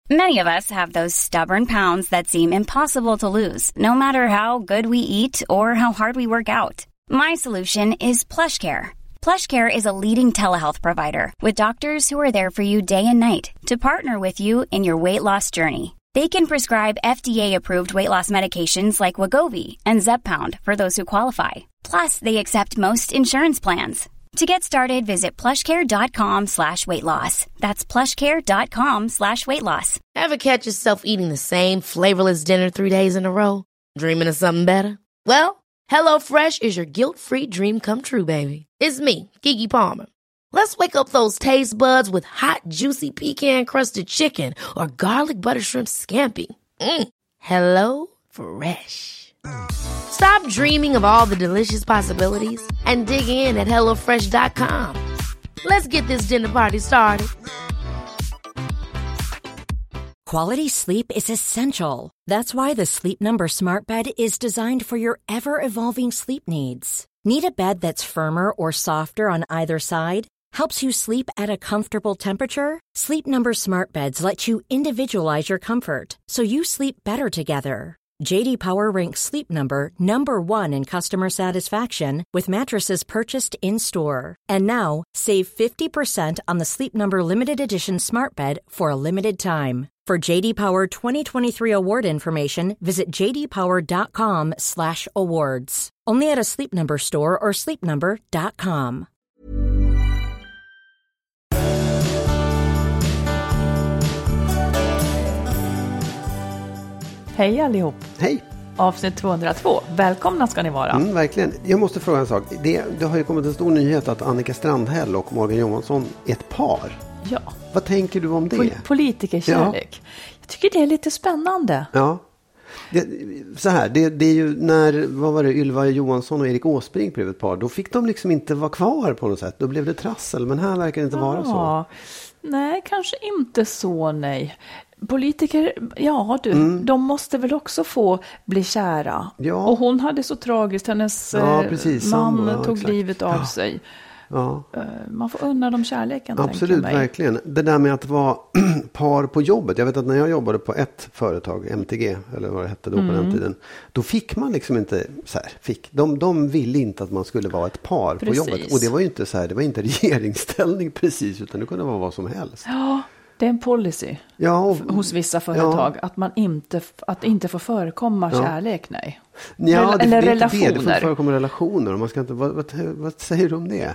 Many of us have those stubborn pounds that seem impossible to lose, no matter how good we eat or how hard we work out. My solution is PlushCare. PlushCare is a leading telehealth provider with doctors who are there for you day and night to partner with you in your weight loss journey. They can prescribe FDA-approved weight loss medications like Wegovy and Zepbound for those who qualify. Plus, they accept most insurance plans. To get started, visit plushcare.com/weightloss. That's plushcare.com/weightloss. Ever catch yourself eating the same flavorless dinner 3 days in a row? Dreaming of something better? Well, HelloFresh is your guilt-free dream come true, baby. It's me, Keke Palmer. Let's wake up those taste buds with hot, juicy pecan-crusted chicken or garlic butter shrimp scampi. Hello Fresh. Stop dreaming of all the delicious possibilities and dig in at HelloFresh.com. Let's get this dinner party started. Quality sleep is essential. That's why the Sleep Number Smart Bed is designed for your ever-evolving sleep needs. Need a bed that's firmer or softer on either side? Helps you sleep at a comfortable temperature? Sleep Number Smart Beds let you individualize your comfort, so you sleep better together. J.D. Power ranks Sleep Number #1 in customer satisfaction with mattresses purchased in-store. And now, save 50% on the Sleep Number Limited Edition Smart Bed for a limited time. For J.D. Power 2023 award information, visit jdpower.com/awards. Only at a Sleep Number store or sleepnumber.com. Hej allihop. Hej. Avsnitt 202. Välkomna ska ni vara. Verkligen. Jag måste fråga en sak. Det har ju kommit en stor nyhet att Annika Strandhäll och Morgan Johansson är ett par. Ja. Vad tänker du om det? Politikerkärlek. Ja. Jag tycker det är lite spännande. Ja. Det är ju när, vad var det, Ylva Johansson och Erik Åsbrink blev ett par. Då fick de liksom inte vara kvar på något sätt. Då blev det trassel. Men här verkar det inte vara så. Nej, kanske inte så, nej. Politiker, de måste väl också få bli kära. Ja. Och hon hade så tragiskt, hennes man tog livet av sig. Ja. Man får unna dem kärleken. Absolut, verkligen. Det där med att vara par på jobbet. Jag vet att när jag jobbade på ett företag, MTG, eller vad det hette då på den tiden. Då fick man liksom inte så här, de ville inte att man skulle vara ett par på jobbet. Och det var ju inte så här, det var inte regeringsställning precis, utan det kunde vara vad som helst. Ja. Det är en policy hos vissa företag att man inte får förekomma kärlek, nej. Ja, eller relationer. Det får förekomma relationer. Man ska inte, vad säger du om det?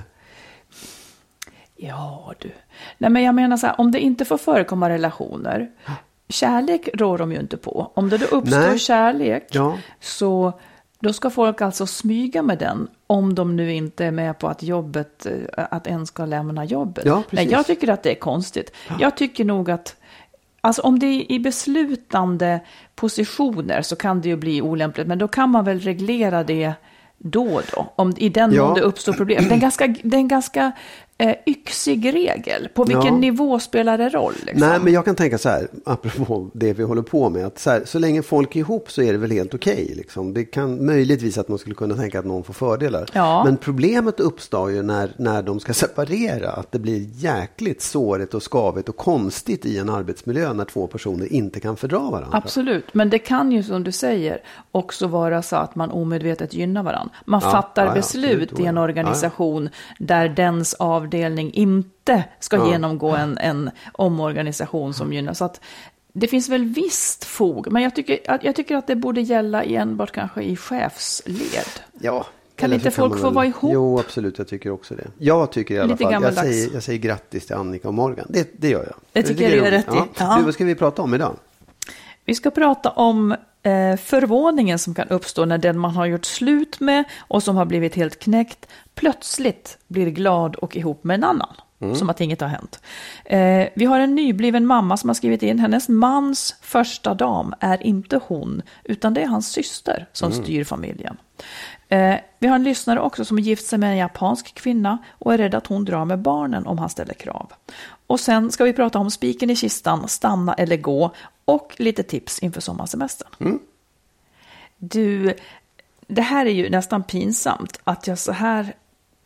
Ja, du. Nej, men jag menar så här, om det inte får förekomma relationer, kärlek rår de ju inte på. Om det då uppstår kärlek, så då ska folk alltså smyga med den om de nu inte är med på att en ska lämna jobbet. Ja, nej, jag tycker att det är konstigt. Ja. Jag tycker nog att alltså om det är i beslutande positioner så kan det ju bli olämpligt. Men då kan man väl reglera det då. Om det uppstår problem. Det är en ganska yxig regel. På vilken nivå spelar det roll? Liksom? Nej, men jag kan tänka så här, apropå det vi håller på med, att så länge folk är ihop så är det väl helt okej. Liksom. Det kan möjligtvis att man skulle kunna tänka att någon får fördelar. Ja. Men problemet uppstår ju när de ska separera, att det blir jäkligt sårigt och skavigt och konstigt i en arbetsmiljö när två personer inte kan fördra varandra. Absolut, men det kan ju som du säger också vara så att man omedvetet gynnar varandra. Man fattar beslut i en organisation där dens avdelning inte ska genomgå en omorganisation som gynnar. Så att det finns väl visst fog, men jag tycker att det borde gälla enbart kanske i chefsled. Ja. Kan inte folk få vara ihop? Jo, absolut, jag tycker också det. Jag tycker i alla fall, jag säger grattis till Annika och Morgan. Det gör jag. Det tycker jag är rätt i. Ja. Vad ska vi prata om idag? Vi ska prata om förvåningen som kan uppstå när den man har gjort slut med och som har blivit helt knäckt plötsligt blir glad och ihop med en annan. Som att inget har hänt. Vi har en nybliven mamma som har skrivit in, hennes mans första dam är inte hon, utan det är hans syster som styr familjen. Vi har en lyssnare också som är gift sig med en japansk kvinna och är rädd att hon drar med barnen om han ställer krav. Och sen ska vi prata om spiken i kistan, stanna eller gå, och lite tips inför sommarsemestern. Du, det här är ju nästan pinsamt att jag så här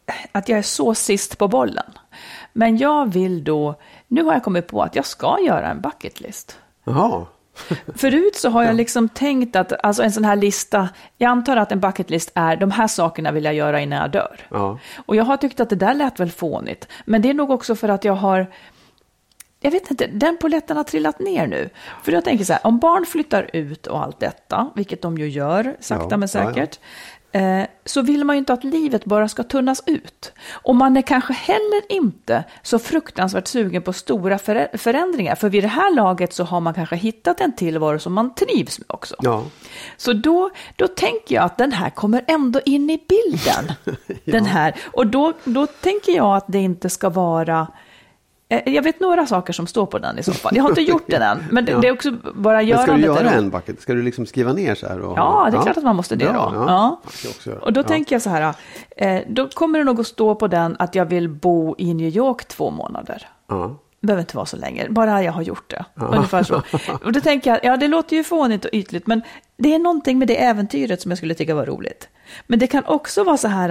att jag är så sist på bollen. Men jag vill då, nu har jag kommit på att jag ska göra en bucket list. Jaha. Förut så har jag liksom tänkt att, alltså en sån här lista, jag antar att en bucket list är de här sakerna vill jag göra innan jag dör. Ja. Och jag har tyckt att det där lät väl fånigt. Men det är nog också för att jag vet inte, den poletten har trillat ner nu. För jag tänker så här, om barn flyttar ut och allt detta, vilket de ju gör, sakta men säkert, så vill man ju inte att livet bara ska tunnas ut. Och man är kanske heller inte så fruktansvärt sugen på stora förändringar. För vid det här laget så har man kanske hittat en tillvaro som man trivs med också. Ja. Så då tänker jag att den här kommer ändå in i bilden. Ja. Den här. Och då tänker jag att det inte ska vara... Jag vet några saker som står på den i så fall. Jag har inte gjort den än. Men det är också bara görandet. Men ska du göra en bucket? Ska du liksom skriva ner så här? Ja, det är klart att man måste det då. Ja. Och då tänker jag så här. Då kommer det nog att stå på den att jag vill bo i New York 2 månader. Ja. Det behöver inte vara så länge. Bara jag har gjort det. Ungefär så. Och då tänker jag, det låter ju fånigt och ytligt. Men det är någonting med det äventyret som jag skulle tycka var roligt. Men det kan också vara så här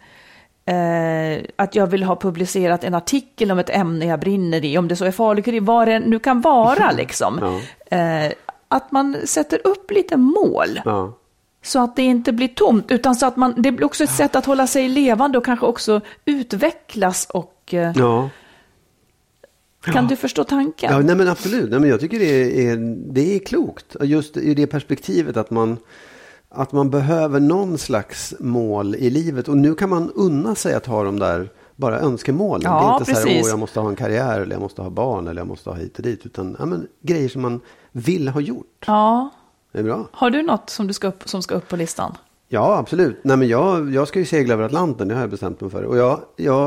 att jag vill ha publicerat en artikel om ett ämne jag brinner i, om det så är farligt, vad det nu kan vara liksom. Ja. Att man sätter upp lite mål. Ja. Så att det inte blir tomt, utan så att det blir också ett sätt att hålla sig levande och kanske också utvecklas och... Ja. Kan du förstå tanken? Ja, nej men absolut. Nej, men jag tycker det är klokt. Just i det perspektivet att man behöver någon slags mål i livet. Och nu kan man unna sig att ha de där bara önskemålen. Ja, det är inte precis. Så här, jag måste ha en karriär eller jag måste ha barn eller jag måste ha hit och dit. Utan grejer som man vill ha gjort. Ja. Det är bra. Har du något som ska upp på listan? Ja, absolut. Nej, men jag ska ju segla över Atlanten, det har jag bestämt mig för. Och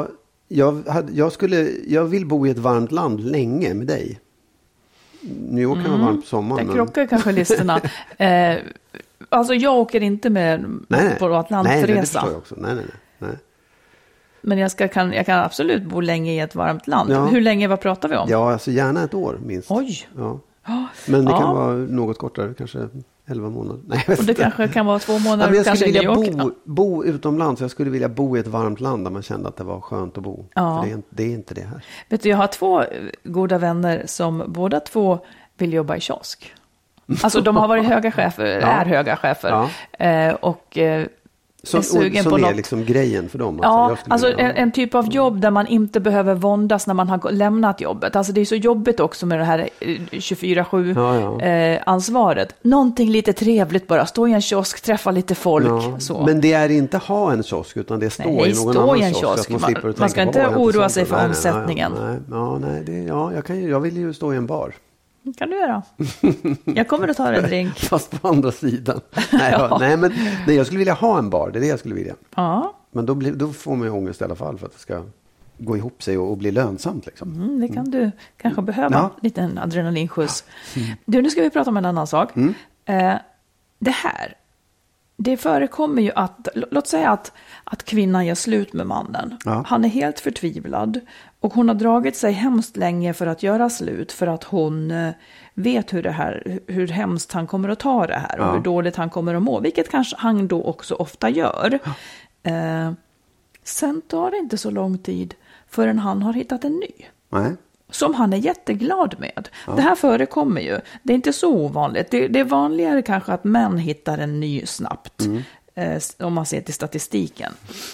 jag vill bo i ett varmt land länge med dig. New York kan vara varmt på sommaren. Det krockar kanske listorna. Alltså jag åker inte med på Atlantresan. Nej, det förstår jag också. Nej. Men jag kan absolut bo länge i ett varmt land. Ja. Hur länge, vad pratar vi om? Ja, alltså gärna ett år minst. Oj. Ja. Men det kan vara något kortare, kanske 11 månader. Nej, och det kanske kan vara 2 månader. Jag skulle vilja bo utomlands. Jag skulle vilja bo i ett varmt land där man kände att det var skönt att bo. Ja. För det är inte det här. Vet du, jag har 2 goda vänner som båda 2 vill jobba i kiosk. Alltså de har varit höga chefer, är höga chefer. Ja. Och som är liksom grejen för dem. Ja, alltså en typ av jobb där man inte behöver våndas när man har lämnat jobbet. Alltså det är så jobbigt också med det här 24/7 ansvaret. Någonting lite trevligt bara, stå i en kiosk, träffa lite folk. Ja. Så. Men det är inte ha en kiosk utan det är stå i någon annan kiosk. Man ska inte oroa sig för omsättningen. Jag vill ju stå i en bar. Kan du göra? Jag kommer att ta en drink. Fast på andra sidan. Nej, jag skulle vilja ha en bar. Det är det jag skulle vilja. Ja. Men då får man ju ångest i alla fall för att det ska gå ihop sig och bli lönsamt. Liksom. Det kan du kanske behöva. Ja. Lite en adrenalinskjuts. Du, nu ska vi prata om en annan sak. Det förekommer ju att, låt säga att kvinnan gör slut med mannen. Ja. Han är helt förtvivlad och hon har dragit sig hemskt länge för att göra slut, för att hon vet hur hemskt han kommer att ta det här och hur dåligt han kommer att må, vilket kanske han då också ofta gör. Ja. Sen tar det inte så lång tid förrän han har hittat en ny. Nej. Som han är jätteglad med. Ja. Det här förekommer ju. Det är inte så ovanligt. Det är vanligare kanske att män hittar en ny snabbt. Om man ser till statistiken.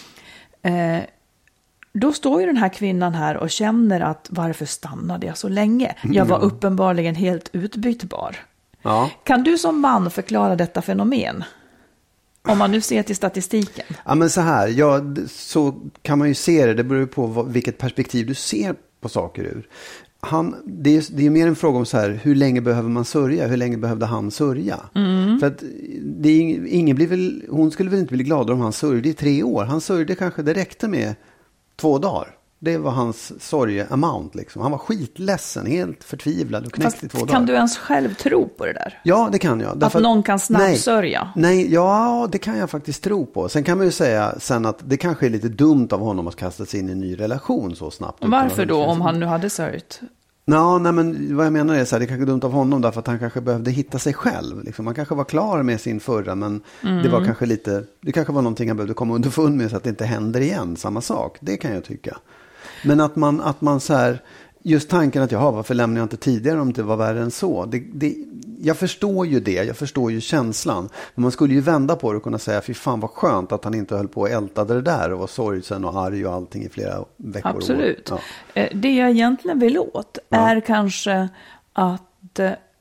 Då står ju den här kvinnan här och känner att varför stannade jag så länge? Jag var uppenbarligen helt utbytbar. Ja. Kan du som man förklara detta fenomen? Om man nu ser till statistiken. Ja, men så här. Så kan man ju se det. Det beror ju på vilket perspektiv du ser på saker ur. Det är mer en fråga om så här, hur länge behöver man sörja? Hur länge behövde han sörja? För att hon skulle väl inte bli glad om han sörjde i 3 år. Han sörjde kanske, det räckte med 2 dagar. Det var hans sorge-amount liksom. Han var skitledsen, helt förtvivlad och knäckt i 2 dagar. Kan du ens själv tro på det där? Ja, det kan jag. Att någon kan snabbsörja? Nej, det kan jag faktiskt tro på. Sen kan man ju säga sen att det kanske är lite dumt av honom att kasta sig in i en ny relation så snabbt. Varför då, om han nu hade sörjt? Nej, men vad jag menar är så här, det är kanske dumt av honom därför att han kanske behövde hitta sig själv. Liksom. Han kanske var klar med sin förra, men det var kanske det kanske var någonting han behövde komma underfund med så att det inte händer igen, samma sak. Det kan jag tycka. Men att man så här, just tanken att varför lämnade jag inte tidigare om det var värre än så? Jag förstår ju det, jag förstår ju känslan. Men man skulle ju vända på det och kunna säga, fy fan vad skönt att han inte höll på och ältade det där och var sorgsen och arg och allting i flera veckor. Absolut. Och år. Det jag egentligen vill åt är kanske att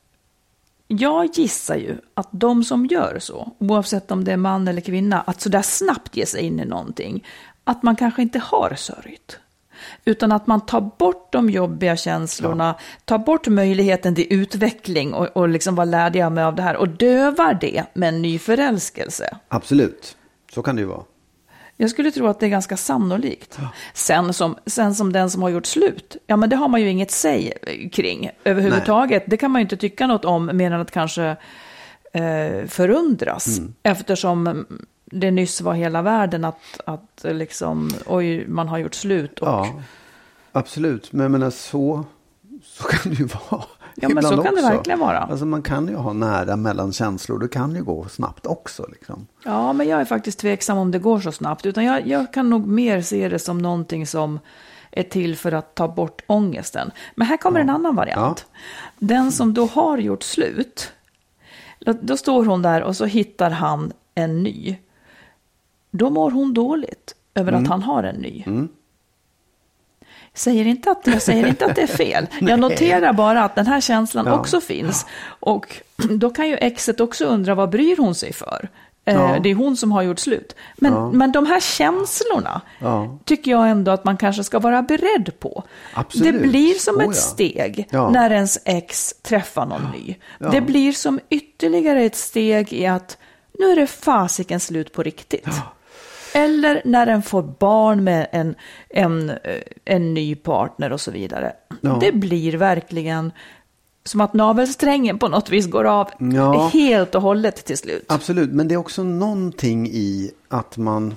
jag gissar ju att de som gör så, oavsett om det är man eller kvinna, att så där snabbt ge sig in i någonting, att man kanske inte har sörjt. Utan att man tar bort de jobbiga känslorna, tar bort möjligheten till utveckling och liksom vad lärde jag mig av det här och dövar det med en ny förälskelse. Absolut, så kan det ju vara. Jag skulle tro att det är ganska sannolikt. Ja. Sen som den som har gjort slut, ja men det har man ju inget säg kring överhuvudtaget. Nej. Det kan man ju inte tycka något om mer än att kanske förundras. Eftersom det nyss var hela världen att liksom, oj, man har gjort slut. Och... Ja, absolut. Men jag menar, så kan det ju vara. Ja, men så kan det verkligen vara. Alltså man kan ju ha nära mellan känslor. Det kan ju gå snabbt också. Liksom. Ja, men jag är faktiskt tveksam om det går så snabbt. Utan jag kan nog mer se det som någonting som är till för att ta bort ångesten. Men här kommer en annan variant. Ja. Den som då har gjort slut, då står hon där och så hittar han en ny. Då mår hon dåligt över att han har en ny. Jag säger inte att det är fel. Jag noterar bara att den här känslan också finns. Och då kan ju exet också undra, vad bryr hon sig för? Det är hon som har gjort slut. Men de här känslorna tycker jag ändå att man kanske ska vara beredd på. Absolut. Det blir som ett steg när ens ex träffar någon ny. Det blir som ytterligare ett steg i att nu är det fasiken slut på riktigt. Eller när den får barn med en ny partner och så vidare. Det blir verkligen som att navelsträngen på något vis går av helt och hållet till slut. Absolut, men det är också någonting i att man...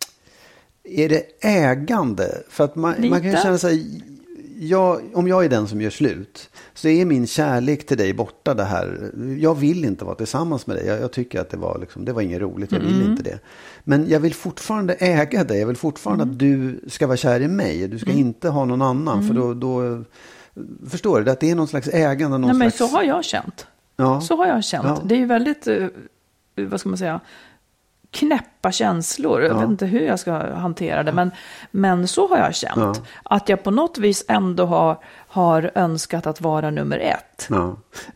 Är det ägande? För att man kan ju känna sig... om jag är den som gör slut så är min kärlek till dig borta det här. Jag vill inte vara tillsammans med dig. Jag tycker att det var inget roligt. Jag vill inte det. Men jag vill fortfarande äga dig. Jag vill fortfarande att du ska vara kär i mig. Du ska inte ha någon annan. För då förstår du att det är någon slags ägande. Men så har jag känt. Ja. Så har jag känt. Ja. Det är ju väldigt, vad ska man säga, knäppa känslor. Jag vet inte hur jag ska hantera det. Men så har jag känt. Ja. Att jag på något vis ändå har önskat att vara nummer ett. Ja.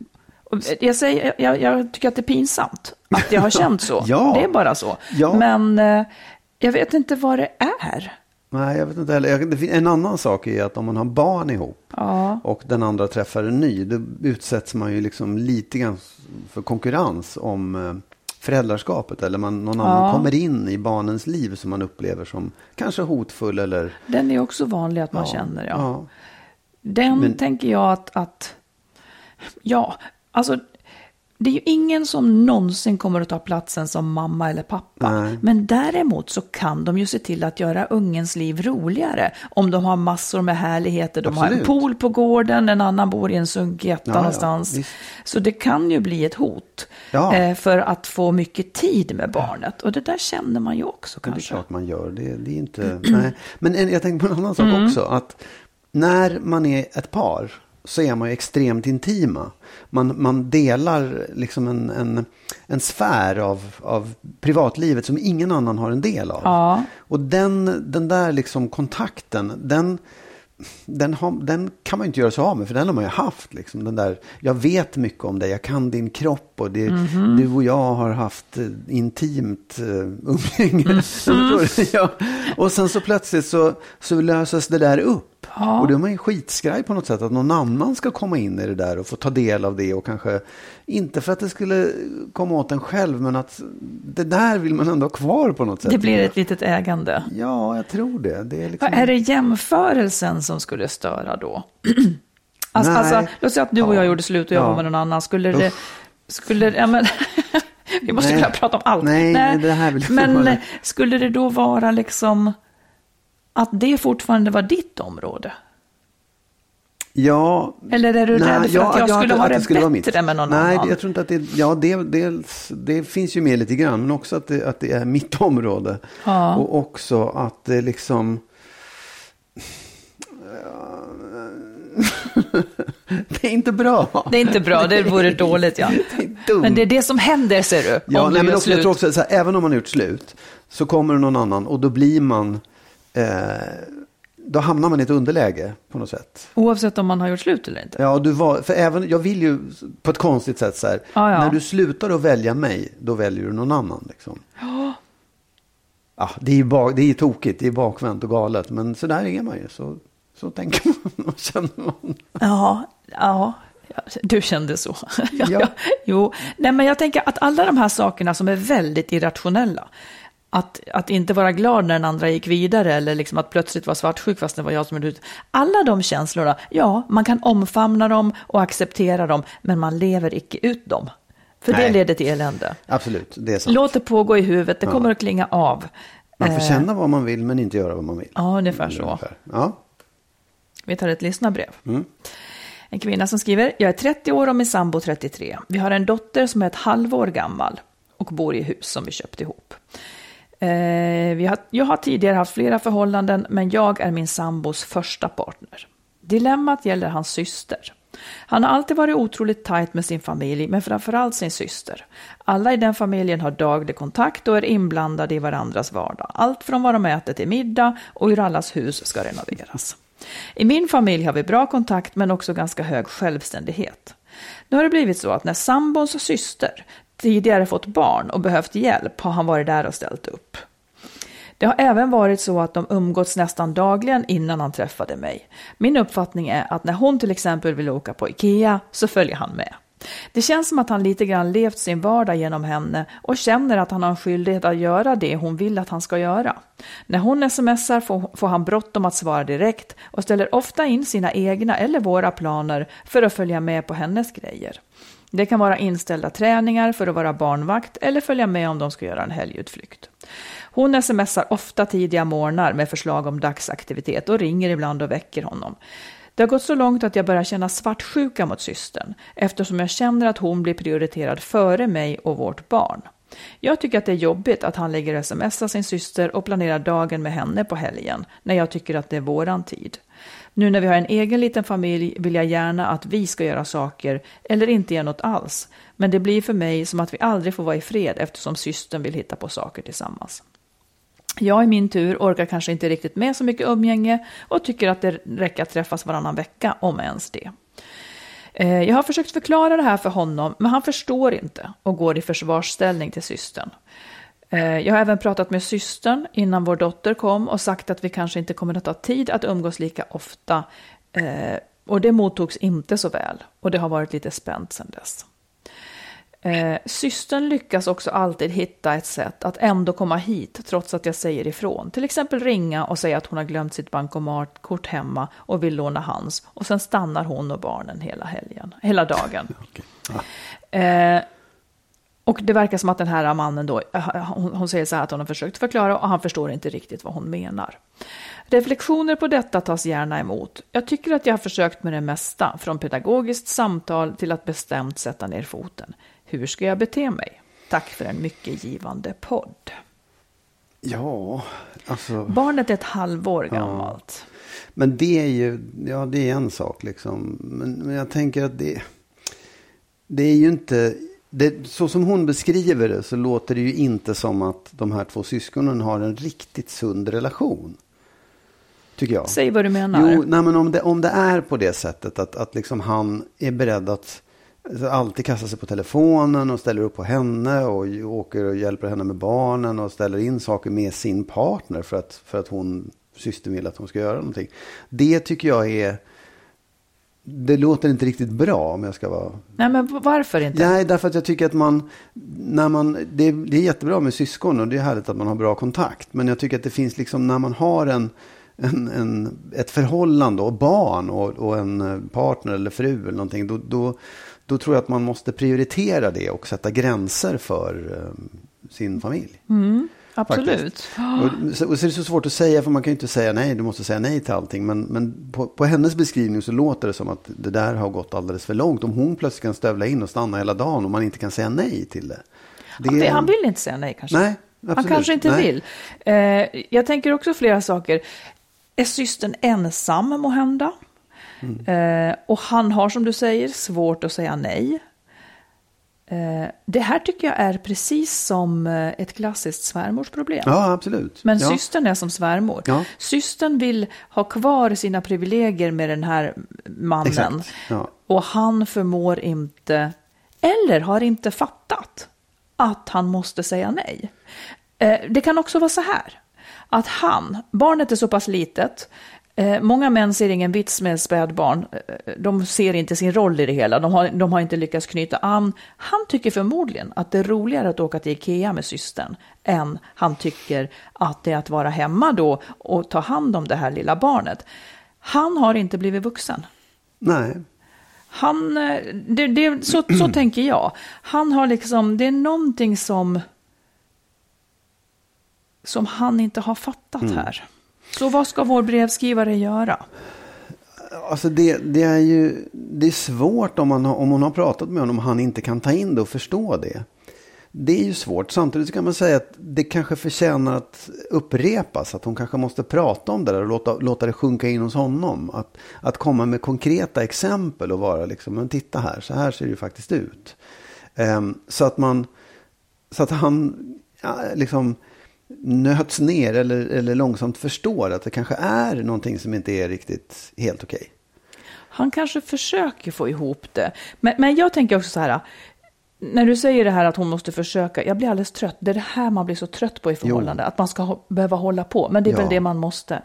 Jag tycker att det är pinsamt att jag har känt så. Det är bara så. Ja. Men jag vet inte vad det är. Nej, jag vet inte heller. En annan sak är att om man har barn ihop och den andra träffar en ny, då utsätts man ju liksom lite grann för konkurrens om föräldraskapet. Eller någon annan kommer in i barnens liv som man upplever som kanske hotfull. Eller... Den är också vanlig att man känner, Den tänker jag att alltså det är ju ingen som någonsin kommer att ta platsen som mamma eller pappa. Nej. Men däremot så kan de ju se till att göra ungens liv roligare. Om de har massor med härligheter. De har en pool på gården, en annan bor i en sunketta någonstans. Så det kan ju bli ett hot för att få mycket tid med barnet. Och det där känner man ju också kanske. Det är klart man gör. Det är inte... Nej. Men jag tänkte på en annan sak också. Att när man är ett par så är man ju extremt intima. Man delar liksom en sfär av privatlivet som ingen annan har en del av. Ja. Och den där liksom kontakten, den kan man inte göra så av med, för den har man ju haft. Liksom. Den där, jag vet mycket om dig, jag kan din kropp och du och jag har haft intimt umgänge. Och sen så plötsligt så löses det där upp. Ja. Och då är man ju skitskraj på något sätt att någon annan ska komma in i det där och få ta del av det, och kanske inte för att det skulle komma åt en själv, men att det där vill man ändå ha kvar på något sätt. Det blir ett litet ägande. Ja, jag tror det. Det är liksom... Är det jämförelsen som skulle störa då? alltså, låt säga att du och jag gjorde slut och jag var med någon annan. Skulle men vi måste kunna prata om allt. Nej, det här vill men skulle det då vara liksom att det fortfarande var ditt område? Ja. Eller är du rädd för att jag skulle ha det bättre med någon annan? Nej, jag tror inte att det... Ja, det finns ju med lite grann. Men också att det är mitt område. Ja. Och också att det liksom... Det är inte bra. Det är inte bra, det vore dåligt, ja. Men det är det som händer, ser du. Ja, men också, jag tror också så här, även om man har gjort slut så kommer det någon annan och då blir man... då hamnar man i ett underläge på något sätt. Oavsett om man har gjort slut eller inte. Ja, för även, jag vill ju på ett konstigt sätt så här, när du slutar att välja mig, då väljer du någon annan liksom. Ja, det är ju tokigt, det är bakvänt och galet, men så där är man ju, så tänker man och känner man. Ja, du kände så. Ja. Jo, nej, men jag tänker att alla de här sakerna som är väldigt irrationella, att inte vara glad när den andra gick vidare eller liksom att plötsligt vara svartsjuk fast det var jag som gjorde ut. Alla de känslorna, ja, man kan omfamna dem och acceptera dem, men man lever icke ut dem. För det leder till elände. Absolut, det är sant. Låt det pågå i huvudet, det kommer att klinga av. Man får känna vad man vill men inte göra vad man vill. Ja, ungefär så. Ja. Vi tar ett lyssnarbrev. En kvinna som skriver: jag är 30 år och min sambo 33. Vi har en dotter som är ett halvår gammal och bor i hus som vi köpt ihop. Jag har tidigare haft flera förhållanden, men jag är min sambos första partner. Dilemmat gäller hans syster. Han har alltid varit otroligt tajt med sin familj, men framförallt sin syster. Alla i den familjen har daglig kontakt och är inblandade i varandras vardag. Allt från vad de äter till middag och hur allas hus ska renoveras. I min familj har vi bra kontakt, men också ganska hög självständighet. Nu har det blivit så att när sambons syster tidigare fått barn och behövt hjälp har han varit där och ställt upp. Det har även varit så att de umgåtts nästan dagligen innan han träffade mig. Min uppfattning är att när hon till exempel vill åka på Ikea så följer han med. Det känns som att han lite grann levt sin vardag genom henne och känner att han har en skyldighet att göra det hon vill att han ska göra. När hon smsar får han bråttom att svara direkt och ställer ofta in sina egna eller våra planer för att följa med på hennes grejer. Det kan vara inställda träningar för att vara barnvakt eller följa med om de ska göra en helgutflykt. Hon smsar ofta tidiga morgnar med förslag om dagsaktivitet och ringer ibland och väcker honom. Det har gått så långt att jag börjar känna svartsjuka mot systern, eftersom jag känner att hon blir prioriterad före mig och vårt barn. Jag tycker att det är jobbigt att han lägger sms:a sin syster och planerar dagen med henne på helgen, när jag tycker att det är våran tid. Nu när vi har en egen liten familj vill jag gärna att vi ska göra saker eller inte göra något alls. Men det blir för mig som att vi aldrig får vara i fred eftersom systern vill hitta på saker tillsammans. Jag i min tur orkar kanske inte riktigt med så mycket umgänge och tycker att det räcker att träffas varannan vecka, om ens det. Jag har försökt förklara det här för honom, men han förstår inte och går i försvarsställning till systern. Jag har även pratat med systern innan vår dotter kom och sagt att vi kanske inte kommer att ha tid att umgås lika ofta. Och det mottogs inte så väl och det har varit lite spänt sedan dess. Systern lyckas också alltid hitta ett sätt att ändå komma hit trots att jag säger ifrån. Till exempel ringa och säga att hon har glömt sitt bankomatkort hemma och vill låna hans. Och sen stannar hon och barnen hela dagen. Och det verkar som att den här mannen då, hon säger så här att hon har försökt förklara och han förstår inte riktigt vad hon menar. Reflektioner på detta tas gärna emot. Jag tycker att jag har försökt med det mesta, från pedagogiskt samtal till att bestämt sätta ner foten. Hur ska jag bete mig? Tack för en mycket givande podd. Ja, alltså... Barnet är ett halvår gammalt. Men det är ju, ja det är en sak liksom. Men jag tänker att det är ju inte... så som hon beskriver det så låter det ju inte som att de här två syskonen har en riktigt sund relation. Tycker jag. Säg vad du menar. Jo, nej, men om det är på det sättet att liksom han är beredd att alltid kasta sig på telefonen och ställer upp på henne och åker och hjälper henne med barnen och ställer in saker med sin partner för att hon syster vill att hon ska göra någonting. Det tycker jag är... Det låter inte riktigt bra om jag ska vara... Nej, men varför inte? Nej, därför att jag tycker att det är jättebra med syskon och det är härligt att man har bra kontakt. Men jag tycker att det finns liksom, när man har ett förhållande och barn och en partner eller fru eller någonting, då tror jag att man måste prioritera det och sätta gränser för sin familj. Mm. Absolut. Och så är det så svårt att säga, för man kan ju inte säga nej, du måste säga nej till allting. Men på hennes beskrivning så låter det som att det där har gått alldeles för långt. Om hon plötsligt kan stövla in och stanna hela dagen och man inte kan säga nej till det. Han vill inte säga nej kanske. Nej, absolut. Han kanske inte vill. Jag tänker också flera saker. Är systern ensam må hända? Och han har, som du säger, svårt att säga nej. Det här tycker jag är precis som ett klassiskt svärmorsproblem. Ja, absolut. Men systern är som svärmor. Ja. Systern vill ha kvar sina privilegier med den här mannen. Exakt. Ja. Och han förmår inte, eller har inte fattat att han måste säga nej. Det kan också vara så här. Att barnet är så pass litet. Många män ser ingen vits med spädbarn. De ser inte sin roll i det hela. De har inte lyckats knyta an. Han tycker förmodligen att det är roligare att åka till Ikea med systern än han tycker att det är att vara hemma då och ta hand om det här lilla barnet. Han har inte blivit vuxen. Nej. Så tänker jag. Han har liksom, det är någonting som han inte har fattat här. Så vad ska vår brevskrivare göra? Alltså det är svårt om hon har pratat med honom och han inte kan ta in det och förstå det. Det är ju svårt. Samtidigt kan man säga att det kanske förtjänar att upprepas. Att hon kanske måste prata om det där och låta det sjunka in hos honom. Att komma med konkreta exempel och vara liksom, men titta här, så här ser det ju faktiskt ut. Så att han liksom nöts ner eller långsamt förstår att det kanske är någonting som inte är riktigt helt okej. Han kanske försöker få ihop det. Men jag tänker också så här, när du säger det här att hon måste försöka, jag blir alldeles trött. Det är det här man blir så trött på i förhållande. Jo. Att man ska behöva hålla på. Men det är väl det man måste.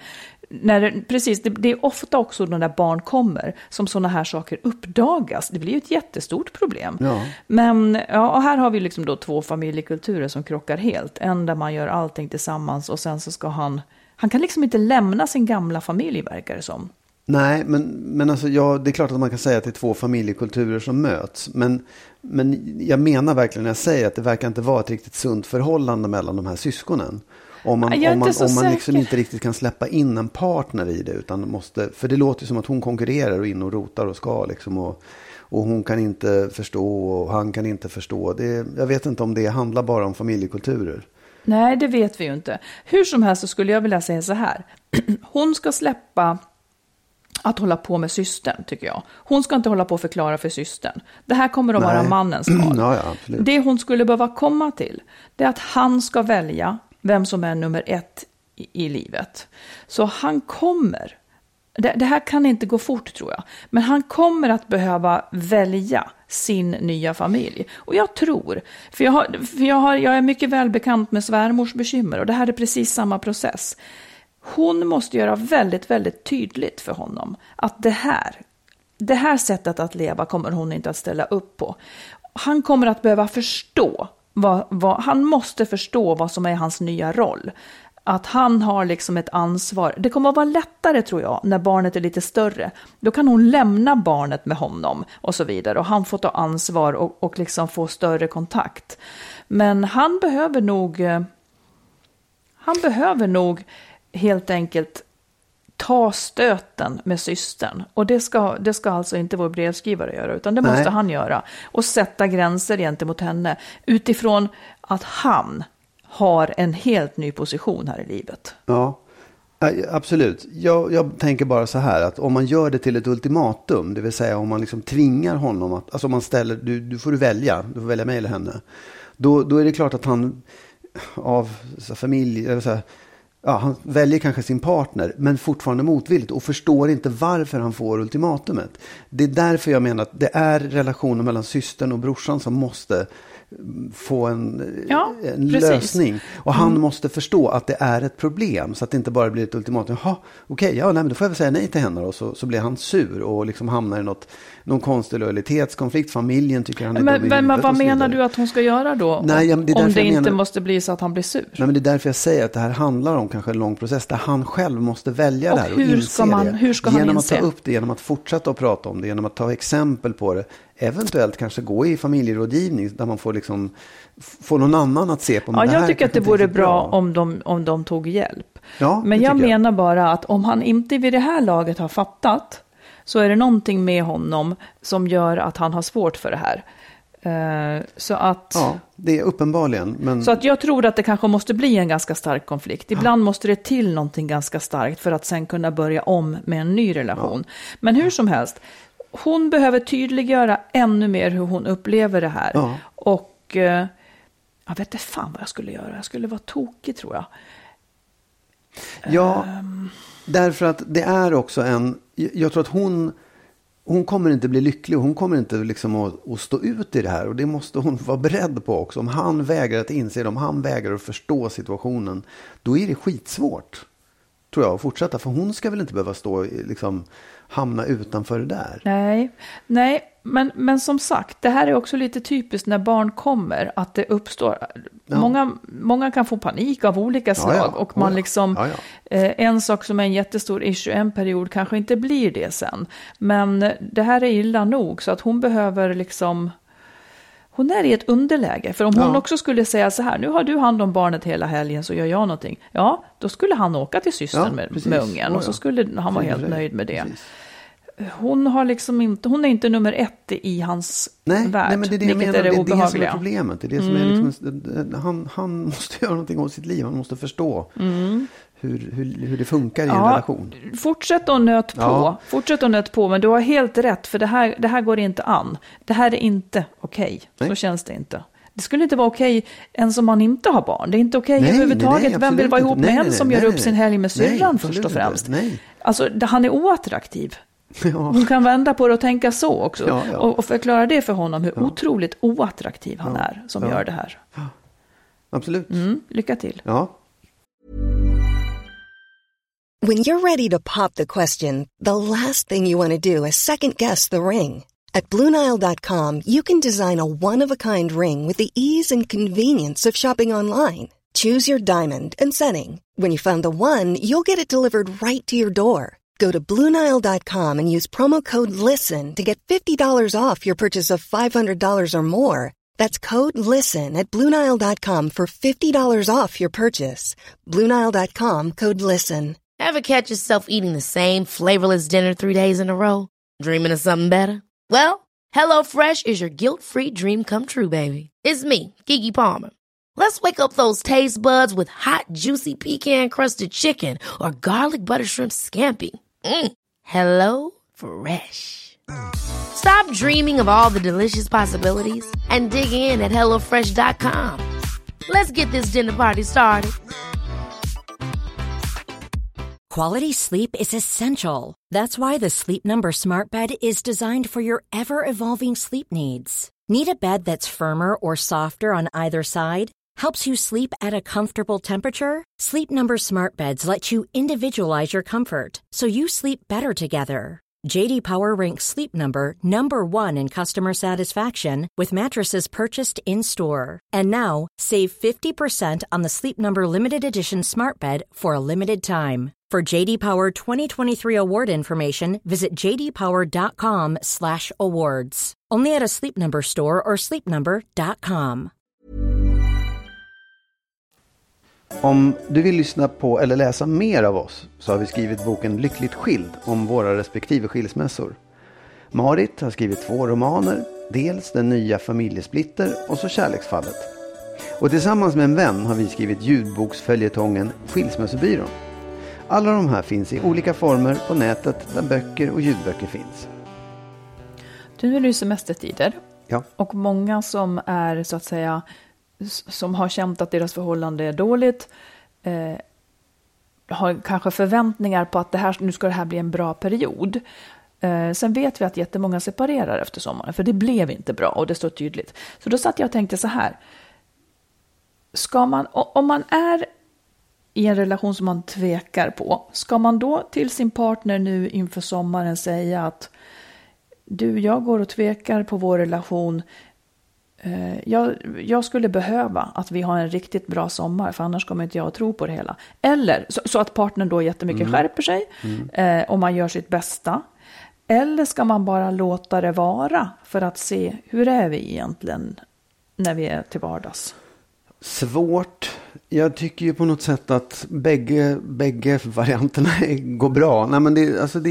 Det är ofta också när barn kommer som sådana här saker uppdagas. Det blir ju ett jättestort problem. Ja. Men och här har vi liksom då 2 familjekulturer som krockar helt. En där man gör allting tillsammans och sen så ska han kan liksom inte lämna sin gamla familj, verkar det som. Nej, men alltså, det är klart att man kan säga att det är 2 familjekulturer som möts. Men jag menar verkligen när jag säger att det verkar inte vara ett riktigt sunt förhållande mellan de här syskonen. Om man liksom inte riktigt kan släppa in en partner i det, utan måste, för det låter som att hon konkurrerar och in och rotar och ska liksom, och hon kan inte förstå och han kan inte förstå. Jag vet inte om det handlar bara om familjekulturer. Nej, det vet vi ju inte. Hur som helst så skulle jag vilja säga så här. Hon ska släppa att hålla på med systern, tycker jag. Hon ska inte hålla på att förklara för systern. Det här kommer att vara mannens val. Ja, det hon skulle behöva komma till, det är att han ska välja vem som är nummer 1 i livet. Så han kommer, det här kan inte gå fort tror jag, men han kommer att behöva välja sin nya familj. Och jag tror, för jag är mycket välbekant med svärmors bekymmer och det här är precis samma process. Hon måste göra väldigt, väldigt tydligt för honom att det här sättet att leva kommer hon inte att ställa upp på. Han kommer att behöva förstå han måste förstå vad som är hans nya roll. Att han har liksom ett ansvar. Det kommer att vara lättare tror jag när barnet är lite större. Då kan hon lämna barnet med honom och så vidare. Och han får ta ansvar och liksom få större kontakt. Men han behöver nog helt enkelt ta stöten med systern. Och det ska alltså inte vår brevskrivare göra, utan det måste han göra. Och sätta gränser gentemot henne utifrån att han har en helt ny position här i livet. Ja, absolut. Jag tänker bara så här, att om man gör det till ett ultimatum, det vill säga om man liksom tvingar honom att, alltså om man ställer, du får välja mig eller henne. Då är det klart att han av familj, eller så här, han väljer kanske sin partner men fortfarande motvilligt och förstår inte varför han får ultimatumet. Det är därför jag menar att det är relationen mellan systern och brorsan som måste få en lösning. Och han måste förstå att det är ett problem så att det inte bara blir ett ultimatum. Men då får jag väl säga nej till henne och så blir han sur och liksom hamnar i någon konstig lojalitetskonflikt. Familjen tycker han är dum i huvudet. Men vad menar du att hon ska göra då? Om det inte måste bli så att han blir sur? Nej, men det är därför jag säger att det här handlar om igenom kanske en lång process där han själv måste välja det här och hur ska han inse? Ta upp det, genom att fortsätta att prata om det, genom att ta exempel på det. Eventuellt kanske gå i familjerådgivning där man får liksom få någon annan att se på. Ja, jag tycker att det vore bra om de tog hjälp. Ja, men jag menar bara att om han inte vid det här laget har fattat, så är det någonting med honom som gör att han har svårt för det här. Så att, ja, det är uppenbarligen. Men... Så att jag tror att det kanske måste bli en ganska stark konflikt. Ibland måste det till någonting ganska starkt för att sen kunna börja om med en ny relation. Ja. Men hur som helst, hon behöver tydliggöra ännu mer hur hon upplever det här. Ja. Och jag vet inte fan vad jag skulle göra. Jag skulle vara tokig, tror jag. Ja, därför att det är också jag tror att hon kommer inte bli lycklig. Hon kommer inte liksom att stå ut i det här. Och det måste hon vara beredd på också. Om han vägrar att inse det, om han vägrar att förstå situationen, då är det skitsvårt, tror jag, att fortsätta. För hon ska väl inte behöva hamna utanför det där. Nej, men som sagt, det här är också lite typiskt när barn kommer, att det uppstår. Ja. Många kan få panik av olika slag. Och man en sak som är en jättestor issue en period kanske inte blir det sen. Men det här är illa nog, så att hon behöver hon är i ett underläge. För om hon också skulle säga så här, nu har du hand om barnet hela helgen så gör jag någonting. Ja, då skulle han åka till systern med ungen. Och så skulle han vara helt nöjd med det. Precis. Hon är inte nummer 1 i hans värld. Nej, men det är det jag menar. Det är det som är problemet. Det är det som är han måste göra någonting åt sitt liv. Han måste förstå hur det funkar i en relation. Fortsätt att nöt på. Men du har helt rätt, för det här går inte an. Det här är inte okej. Så känns det inte. Det skulle inte vara okej ens om man inte har barn. Det är inte okej överhuvudtaget. Vem vill vara ihop med en som gör upp sin helg med syrran först och främst? Nej. Alltså, han är oattraktiv. Ja. Hon kan vända på det och tänka så också. Och förklara det för honom, hur otroligt oattraktiv han är som gör det här. Ja. Absolut. Lycka till. Ja. When you're ready to pop the question, the last thing you want to do is second guess the ring. At BlueNile.com, you can design a one-of-a-kind ring with the ease and convenience of shopping online. Choose your diamond and setting. When you find the one, you'll get it delivered right to your door. Go to BlueNile.com and use promo code LISTEN to get $50 off your purchase of $500 or more. That's code LISTEN at BlueNile.com for $50 off your purchase. BlueNile.com, code LISTEN. Ever catch yourself eating the same flavorless dinner 3 days in a row? Dreaming of something better? Well, HelloFresh is your guilt-free dream come true, baby. It's me, Keke Palmer. Let's wake up those taste buds with hot, juicy pecan-crusted chicken or garlic butter shrimp scampi. Hello Fresh. Stop dreaming of all the delicious possibilities and dig in at HelloFresh.com. Let's get this dinner party started. Quality sleep is essential. That's why the Sleep Number Smart Bed is designed for your ever-evolving sleep needs. Need a bed that's firmer or softer on either side? Helps you sleep at a comfortable temperature? Sleep Number Smart Beds let you individualize your comfort, so you sleep better together. J.D. Power ranks Sleep Number #1 in customer satisfaction with mattresses purchased in-store. And now, save 50% on the Sleep Number Limited Edition Smart Bed for a limited time. For J.D. Power 2023 award information, visit jdpower.com/awards. Only at a Sleep Number store or sleepnumber.com. Om du vill lyssna på eller läsa mer av oss så har vi skrivit boken Lyckligt skild om våra respektive skilsmässor. Marit har skrivit 2 romaner, dels Den nya familjesplitter och så Kärleksfallet. Och tillsammans med en vän har vi skrivit ljudboksföljetongen Skilsmässobyrån. Alla de här finns i olika former på nätet där böcker och ljudböcker finns. Nu är det ju semestertider. Ja. Och många som är så att säga, som har känt att deras förhållande är dåligt, har kanske förväntningar på att nu ska det här bli en bra period. Sen vet vi att jättemånga separerar efter sommaren, för det blev inte bra och det står tydligt. Så då satt jag och tänkte så här: om man är i en relation som man tvekar på, ska man då till sin partner nu inför sommaren säga att jag går och tvekar på vår relation, Jag skulle behöva att vi har en riktigt bra sommar, för annars kommer inte jag att tro på det hela. Eller så att partnern då jättemycket skärper sig och man gör sitt bästa. Eller ska man bara låta det vara för att se hur är vi egentligen när vi är till vardags? Svårt. Jag tycker ju på något sätt att bägge varianterna går bra. Nej, men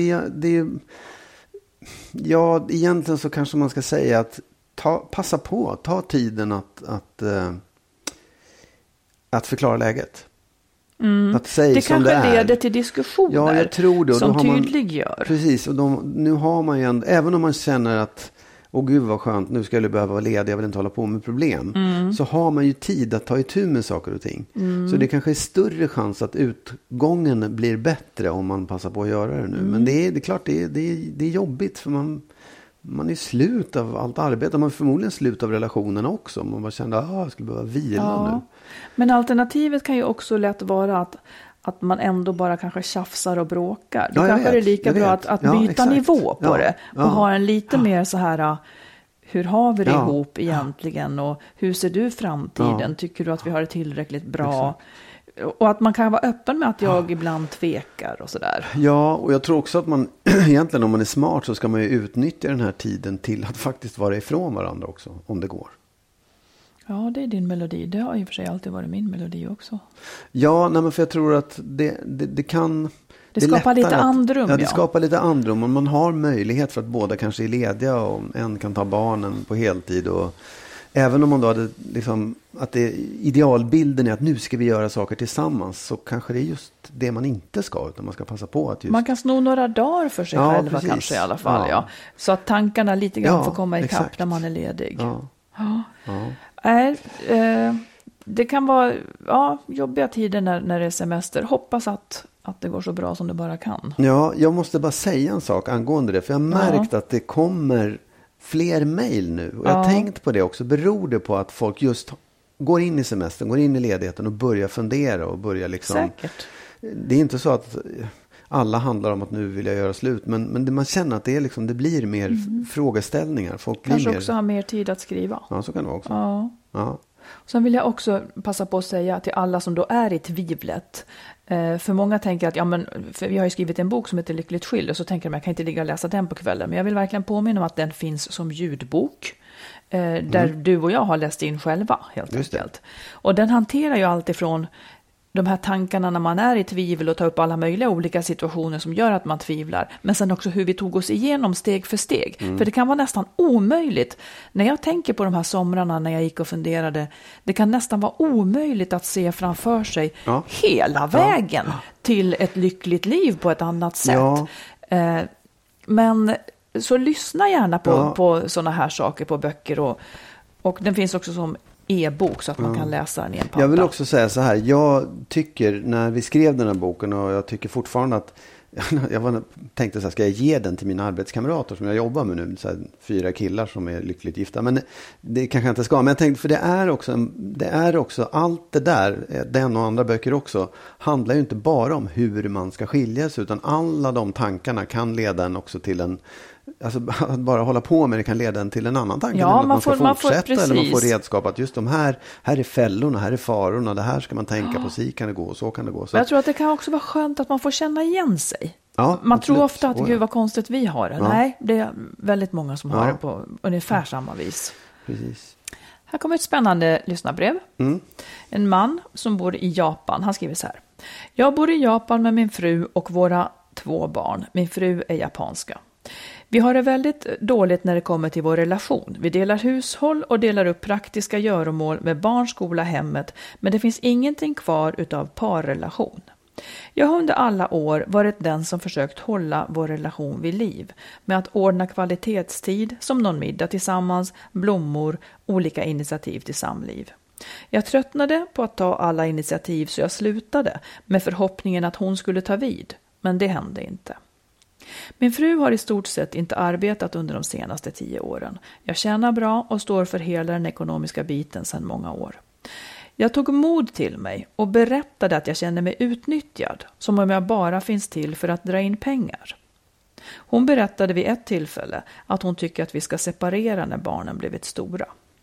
egentligen så kanske man ska säga att passa på, ta tiden att förklara läget. Att säga det som kanske leder till diskussioner jag tror det. Som tydliggör. Precis, och nu har man ju även om man känner att gud vad skönt, nu ska jag behöva vara ledig, jag vill inte hålla på med problem. Så har man ju tid att ta itu med saker och ting. Så det kanske är större chans att utgången blir bättre om man passar på att göra det nu. Men det är klart, det är jobbigt, för man är slut av allt arbete. Man är förmodligen slut av relationerna också. Man bara kände att jag skulle behöva vila nu. Men alternativet kan ju också lätt vara att man ändå bara kanske tjafsar och bråkar. Då kanske det är lika bra att byta nivå på det. Och ha en lite mer så här, hur har vi det ihop egentligen? Och hur ser du framtiden? Tycker du att vi har det tillräckligt bra? Exakt. Och att man kan vara öppen med att jag ibland tvekar och sådär. Ja, och jag tror också att man egentligen, om man är smart, så ska man ju utnyttja den här tiden till att faktiskt vara ifrån varandra också, om det går. Ja, det är din melodi. Det har i och för sig alltid varit min melodi också. Ja, men för jag tror att det kan... Det skapar lite andrum. Ja, det skapar lite andrum. Och man har möjlighet för att båda kanske är lediga och en kan ta barnen på heltid. Och även om man då hade liksom, att idealbilden är att nu ska vi göra saker tillsammans, så kanske det är just det man inte ska, utan man ska passa på att man kan sno några dagar för sig själva, precis. Kanske i alla fall. Ja. Så att tankarna lite grann får komma ikapp när man är ledig. Det kan vara jobbiga tider när det är semester. Hoppas att det går så bra som det bara kan. Ja, jag måste bara säga en sak angående det. För jag har märkt att det kommer fler mejl nu. Och jag har tänkt på det också. Beror det på att folk just går in i semestern, går in i ledigheten och börjar fundera och börjar liksom... Säkert. Det är inte så att alla handlar om att nu vill jag göra slut. Men man känner att det är liksom, det blir mer frågeställningar. Folk kanske också har mer tid att skriva. Ja, så kan det vara också. Ja. Sen vill jag också passa på att säga till alla som då är i tvivlet. För många tänker att för vi har ju skrivit en bok som heter Lyckligt skild, och så tänker de jag kan inte ligga och läsa den på kvällen. Men jag vill verkligen påminna om att den finns som ljudbok. Där du och jag har läst in själva helt enkelt. Och den hanterar ju allt ifrån de här tankarna när man är i tvivel och tar upp alla möjliga olika situationer som gör att man tvivlar. Men sen också hur vi tog oss igenom steg för steg. För det kan vara nästan omöjligt. När jag tänker på de här somrarna när jag gick och funderade. Det kan nästan vara omöjligt att se framför sig hela vägen till ett lyckligt liv på ett annat sätt. Men så lyssna gärna på sådana här saker, på böcker. Och den finns också som e-bok så att man kan läsa den i en padda. Jag vill också säga så här, jag tycker när vi skrev den här boken, och jag tycker fortfarande att tänkte så här, ska jag ge den till mina arbetskamrater som jag jobbar med nu, så här 4 killar som är lyckligt gifta, men det kanske jag inte ska, men jag tänkte, för det är också allt det där, den och andra böcker också, handlar ju inte bara om hur man ska skiljas, utan alla de tankarna kan leda en också till en, alltså att bara hålla på med det kan leda en till en annan tanke. Ja, man ska fortsätta, eller man får redskap att just de här är fällorna, här är farorna, det här ska man tänka på, så kan det gå och så kan det gå. Så. Jag tror att det kan också vara skönt att man får känna igen sig. Ja, man tror ofta att gud vad konstigt vi har det. Ja. Nej, det är väldigt många som har det på ungefär samma vis. Precis. Här kommer ett spännande lyssnarbrev. En man som bor i Japan, han skriver så här. Jag bor i Japan med min fru och våra 2 barn. Min fru är japanska. Vi har det väldigt dåligt när det kommer till vår relation. Vi delar hushåll och delar upp praktiska göromål med barn, skola, hemmet. Men det finns ingenting kvar utav parrelation. Jag har under alla år varit den som försökt hålla vår relation vid liv. Med att ordna kvalitetstid som någon middag tillsammans, blommor, olika initiativ till samliv. Jag tröttnade på att ta alla initiativ så jag slutade med förhoppningen att hon skulle ta vid. Men det hände inte. Min fru har i stort sett inte arbetat under de senaste 10 åren. Jag tjänar bra och står för hela den ekonomiska biten sedan många år. Jag tog mod till mig och berättade att jag känner mig utnyttjad, som om jag bara finns till för att dra in pengar. Hon berättade vid ett tillfälle att hon tycker att vi ska separera när barnen blivit stora.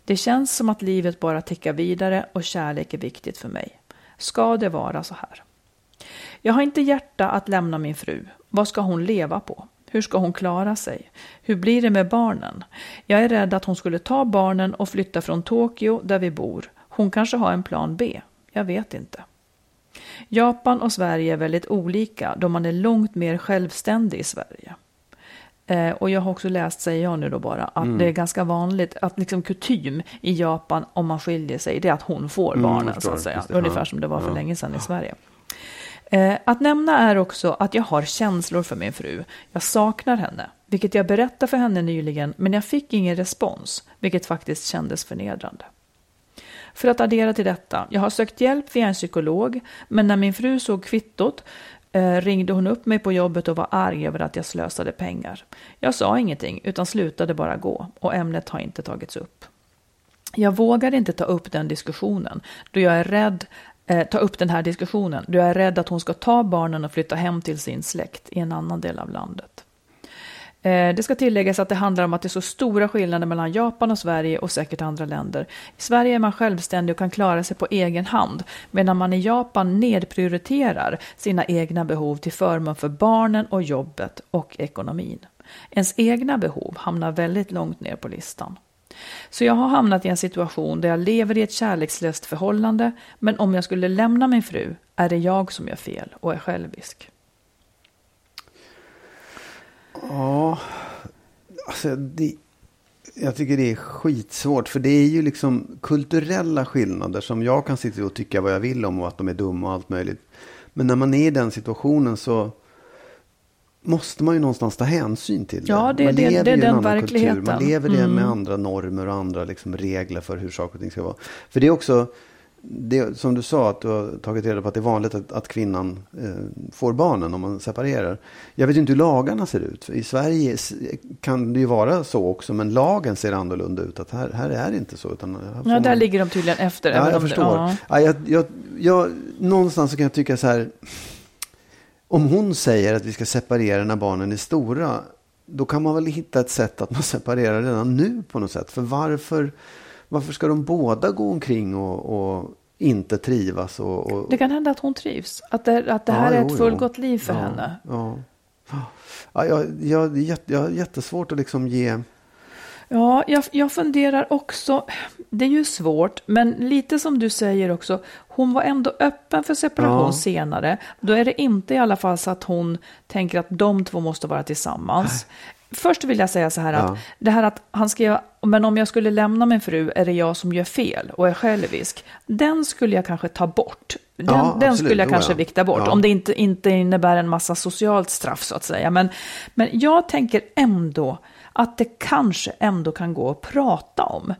Det känns som att livet bara tickar vidare och kärlek är viktigt för mig. Ska det vara så här? Jag har inte hjärta att lämna min fru. Vad ska hon leva på? Hur ska hon klara sig? Hur blir det med barnen? Jag är rädd att hon skulle ta barnen och flytta från Tokyo där vi bor. Hon kanske har en plan B. Jag vet inte. Japan och Sverige är väldigt olika då man är långt mer självständig i Sverige. Och jag har också läst, säger jag nu då bara, att det är ganska vanligt att liksom kutym i Japan om man skiljer sig, det är att hon får barnen så att säga. Ungefär som det var för länge sedan i Sverige. Att nämna är också att jag har känslor för min fru. Jag saknar henne, vilket jag berättade för henne nyligen, men jag fick ingen respons, vilket faktiskt kändes förnedrande. För att addera till detta, jag har sökt hjälp via en psykolog, men när min fru såg kvittot ringde hon upp mig på jobbet och var arg över att jag slösade pengar. Jag sa ingenting utan slutade bara gå och ämnet har inte tagits upp. Jag vågar inte ta upp den diskussionen då jag är rädd då jag är rädd att hon ska ta barnen och flytta hem till sin släkt i en annan del av landet. Det ska tilläggas att det handlar om att det är så stora skillnader mellan Japan och Sverige och säkert andra länder. I Sverige är man självständig och kan klara sig på egen hand, medan man i Japan nedprioriterar sina egna behov till förmån för barnen och jobbet och ekonomin. Ens egna behov hamnar väldigt långt ner på listan. Så jag har hamnat i en situation där jag lever i ett kärlekslöst förhållande, men om jag skulle lämna min fru är det jag som gör fel och är självisk. Ja, alltså jag tycker det är skitsvårt. För det är ju liksom kulturella skillnader som jag kan sitta och tycka vad jag vill om och att de är dumma och allt möjligt. Men när man är i den situationen så måste man ju någonstans ta hänsyn till det. Ja, det är den verkligheten. Kultur. Man lever det med andra normer och andra liksom regler för hur saker och ting ska vara. För det är också... Det, som du sa, att du har tagit reda på att det är vanligt att kvinnan får barnen om man separerar. Jag vet inte hur lagarna ser ut. För i Sverige kan det ju vara så också, men lagen ser annorlunda ut. Att här är det inte så. Utan där ligger de tydligen efter. Ja, jag förstår. Ja. Någonstans så kan jag tycka så här, om hon säger att vi ska separera när barnen är stora, då kan man väl hitta ett sätt att man separerar redan nu på något sätt. För varför ska de båda gå omkring och inte trivas? Och... Det kan hända att hon trivs. Att det här är ett fullgott liv för henne. Ja, jag har jättesvårt att liksom ge... Ja, jag funderar också. Det är ju svårt, men lite som du säger också. Hon var ändå öppen för separation senare. Då är det inte i alla fall så att hon tänker att de två måste vara tillsammans. Först vill jag säga så här att det här att han skrev, men om jag skulle lämna min fru är det jag som gör fel och är självisk. Den skulle jag kanske ta bort. Den skulle jag kanske vikta bort. Om det inte innebär en massa socialt straff så att säga. Men jag tänker ändå att det kanske ändå kan gå att prata om.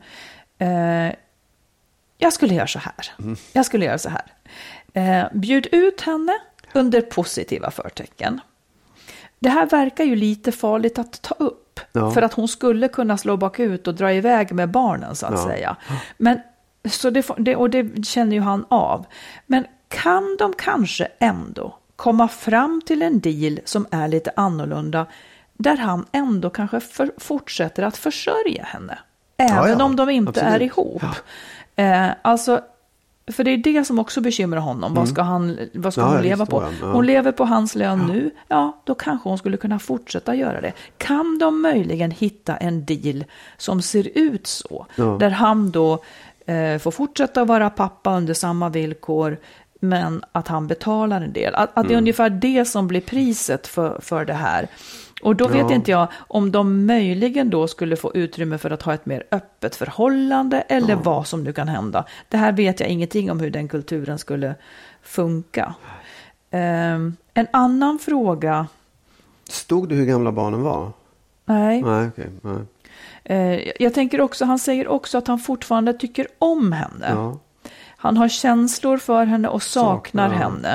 Jag skulle göra så här. Bjud ut henne under positiva förtecken. Det här verkar ju lite farligt att ta upp. För att hon skulle kunna slå bakut och dra iväg med barnen så att säga. Men, så det känner ju han av. Men kan de kanske ändå komma fram till en deal som är lite annorlunda, där han ändå kanske fortsätter att försörja henne. Även om de inte är ihop. För det är det som också bekymrar honom. Vad ska hon leva på? Hon lever på hans lön nu. Ja, då kanske hon skulle kunna fortsätta göra det. Kan de möjligen hitta en deal som ser ut så? Där han då får fortsätta vara pappa under samma villkor, men att han betalar en del. Att det är ungefär det som blir priset för det här. Och då vet inte jag om de möjligen då skulle få utrymme för att ha ett mer öppet förhållande eller vad som nu kan hända. Det här vet jag ingenting om hur den kulturen skulle funka. En annan fråga. Stod det hur gamla barnen var? Nej. Nej. Jag tänker också, han säger också att han fortfarande tycker om henne. Ja. Han har känslor för henne och saknar henne.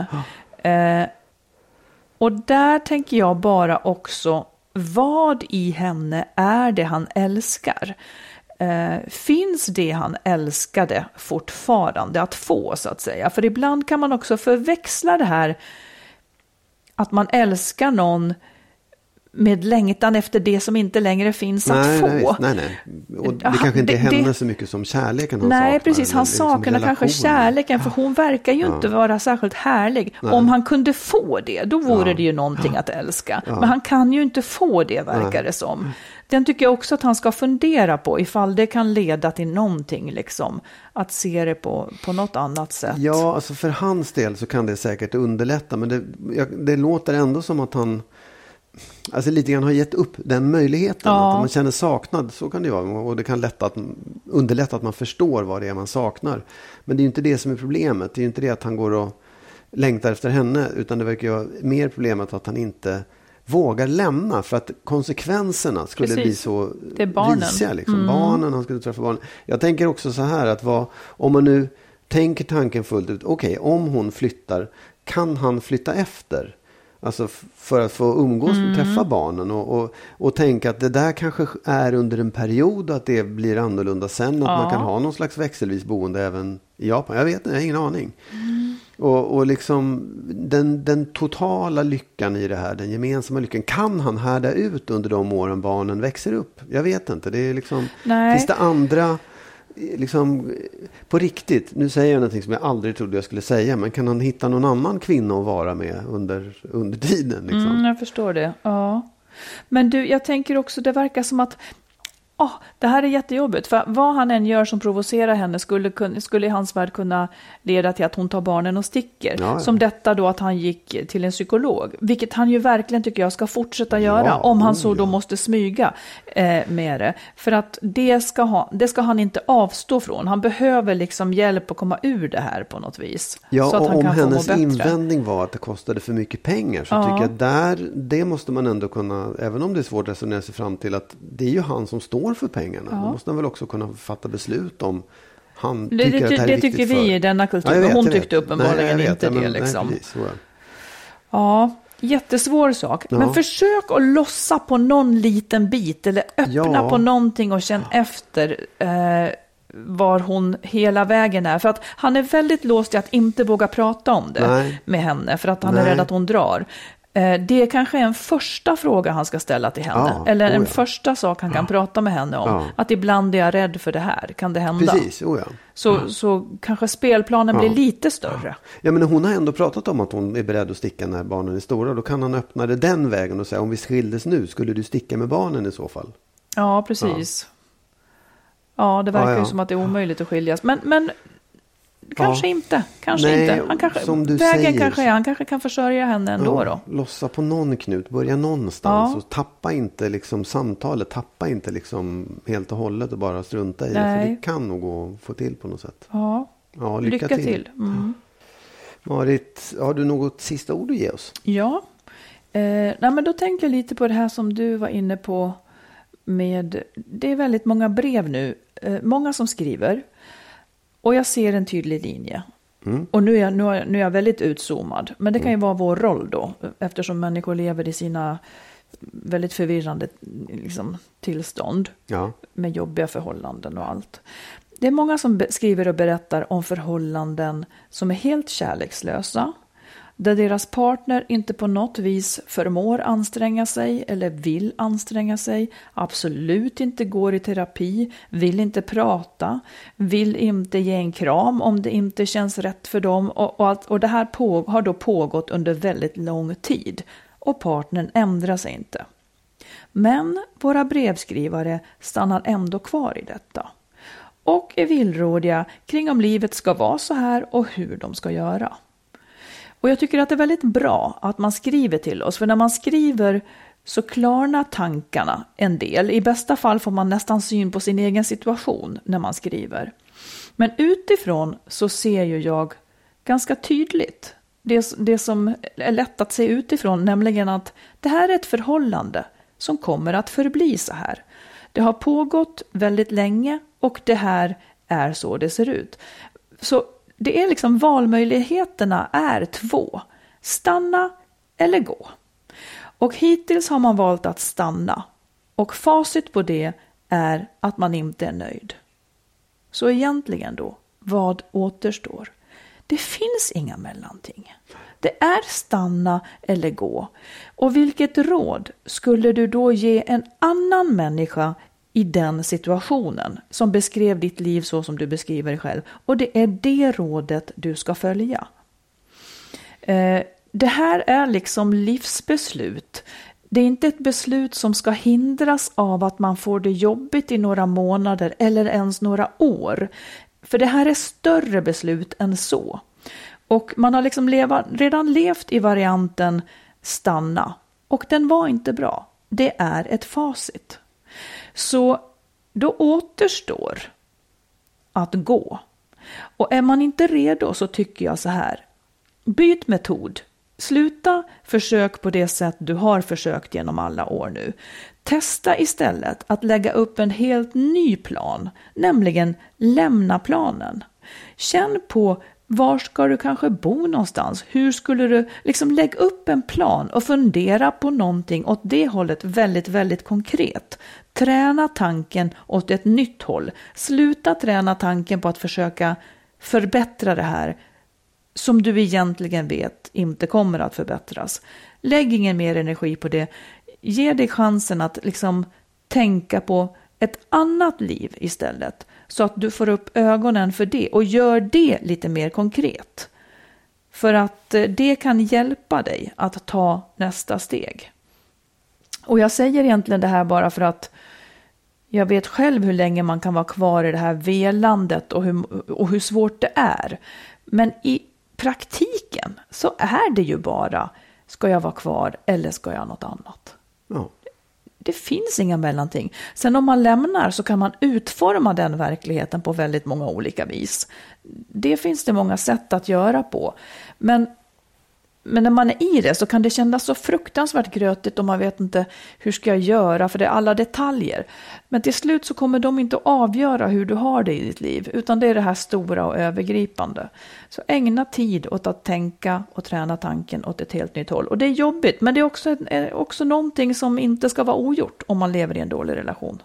Och där tänker jag bara också, vad i henne är det han älskar? Finns det han älskade fortfarande att få så att säga? För ibland kan man också förväxla det här att man älskar någon med längtan efter det som inte längre finns att få. Nej. Och det kanske inte är henne så mycket som kärleken han saknar. Nej, precis. Han saknar kanske kärleken, för hon verkar ju inte vara särskilt härlig. Nej. Om han kunde få det, då vore det ju någonting att älska. Men han kan ju inte få det, verkar det som. Den tycker jag också att han ska fundera på, ifall det kan leda till någonting, liksom, att se det på något annat sätt. Ja, alltså för hans del så kan det säkert underlätta, men det låter ändå som att han alltså lite grann har gett upp den möjligheten, att man känner saknad, så kan det vara, och det kan underlätta att man förstår vad det är man saknar. Men det är ju inte det som är problemet, det är ju inte det att han går och längtar efter henne, utan det verkar ju vara mer problemet att han inte vågar lämna, för att konsekvenserna skulle bli så risiga. Liksom. Barnen, han skulle träffa barnen. Jag tänker också så här, att om man nu tänker tanken fullt ut, okej, om hon flyttar, kan han flytta efter? Alltså för att få umgås och träffa barnen och tänka att det där kanske är under en period, att det blir annorlunda sen, att man kan ha någon slags växelvis boende även i Japan. Jag vet inte, jag har ingen aning. Och liksom den totala lyckan i det här, den gemensamma lyckan, kan han härda ut under de åren barnen växer upp? Jag vet inte. Det är liksom, finns det andra, liksom, på riktigt, nu säger jag någonting som jag aldrig trodde jag skulle säga, men kan han hitta någon annan kvinna att vara med under tiden? Liksom? Jag förstår det, ja. Men du, jag tänker också, det verkar som att det här är jättejobbigt, för vad han än gör som provocerar henne skulle i hans värld kunna leda till att hon tar barnen och sticker. Ja. Som detta då, att han gick till en psykolog, vilket han ju verkligen tycker jag ska fortsätta göra, om han så då måste smyga med det. För att det ska han inte avstå från. Han behöver liksom hjälp att komma ur det här på något vis. Ja, så att och han om kan hennes invändning var att det kostade för mycket pengar, så tycker jag det måste man ändå kunna, även om det är svårt att resonera sig fram till, att det är ju han som står för pengarna. Då måste han väl också kunna fatta beslut om han tycker att det här är viktigt. Det tycker vi i denna kultur. Men hon tyckte uppenbarligen inte det. Liksom. Nej, precis, jättesvår sak. Ja. Men försök att lossa på någon liten bit eller öppna på någonting och känn efter var hon hela vägen är. För att han är väldigt låst i att inte våga prata om det med henne, för att han är rädd att hon drar. Det är kanske en första fråga han ska ställa till henne. Eller en första sak han kan prata med henne om. Att ibland är jag rädd för det här. Kan det hända? Precis, Så kanske spelplanen blir lite större. Ja, men hon har ändå pratat om att hon är beredd att sticka när barnen är stora. Då kan han öppna det den vägen och säga, om vi skildes nu, skulle du sticka med barnen i så fall? Ja, precis. Ja, det verkar ju som att det är omöjligt att skiljas. Men kanske inte. Han kanske, som du säger, han kanske kan försörja henne ändå då. Lossa på någon knut, börja någonstans och tappa inte liksom samtalet, tappa inte liksom helt och hållet och bara strunta i det, för det kan nog gå att få till på något sätt. Ja, lycka till. Marit, har du något sista ord att ge oss? Ja, men då tänker jag lite på det här som du var inne på med, det är väldigt många brev nu, många som skriver. Och jag ser en tydlig linje. Och nu är jag väldigt utzoomad. Men det kan ju vara vår roll då. Eftersom människor lever i sina väldigt förvirrande liksom, tillstånd. Med jobbiga förhållanden och allt. Det är många som skriver och berättar om förhållanden som är helt kärlekslösa. Där deras partner inte på något vis förmår anstränga sig eller vill anstränga sig, absolut inte går i terapi, vill inte prata, vill inte ge en kram om det inte känns rätt för dem. Och det här har då pågått under väldigt lång tid och partnern ändrar sig inte. Men våra brevskrivare stannar ändå kvar i detta och är villrådiga kring om livet ska vara så här och hur de ska göra. Och jag tycker att det är väldigt bra att man skriver till oss. För när man skriver så klarnar tankarna en del. I bästa fall får man nästan syn på sin egen situation när man skriver. Men utifrån så ser ju jag ganska tydligt det som är lätt att se utifrån. Nämligen att det här är ett förhållande som kommer att förbli så här. Det har pågått väldigt länge och det här är så det ser ut. Så det är liksom, valmöjligheterna är 2. Stanna eller gå. Och hittills har man valt att stanna. Och facit på det är att man inte är nöjd. Så egentligen då, vad återstår? Det finns inga mellanting. Det är stanna eller gå. Och vilket råd skulle du då ge en annan människa i den situationen som beskrev ditt liv så som du beskriver det själv? Och det är det rådet du ska följa. Det här är liksom livsbeslut. Det är inte ett beslut som ska hindras av att man får det jobbigt i några månader eller ens några år. För det här är större beslut än så. Och man har liksom redan levt i varianten stanna. Och den var inte bra. Det är ett facit. Så då återstår att gå. Och är man inte redo så tycker jag så här. Byt metod. Sluta försök på det sätt du har försökt genom alla år nu. Testa istället att lägga upp en helt ny plan, nämligen lämna planen. Känn på var ska du kanske bo någonstans? Hur skulle du liksom lägga upp en plan och fundera på någonting åt det hållet väldigt, väldigt konkret. Träna tanken åt ett nytt håll. Sluta träna tanken på att försöka förbättra det här som du egentligen vet inte kommer att förbättras. Lägg ingen mer energi på det. Ge dig chansen att liksom tänka på ett annat liv istället. Så att du får upp ögonen för det och gör det lite mer konkret. För att det kan hjälpa dig att ta nästa steg. Och jag säger egentligen det här bara för att jag vet själv hur länge man kan vara kvar i det här velandet och hur svårt det är. Men i praktiken så är det ju bara, ska jag vara kvar eller ska jag något annat? Ja. Det finns inga mellanting. Sen om man lämnar så kan man utforma den verkligheten på väldigt många olika vis. Det finns det många sätt att göra på. Men när man är i det så kan det kännas så fruktansvärt grötigt och man vet inte hur ska jag göra för det är alla detaljer. Men till slut så kommer de inte att avgöra hur du har det i ditt liv utan det är det här stora och övergripande. Så ägna tid åt att tänka och träna tanken åt ett helt nytt håll. Och det är jobbigt men det är också någonting som inte ska vara ogjort om man lever i en dålig relation.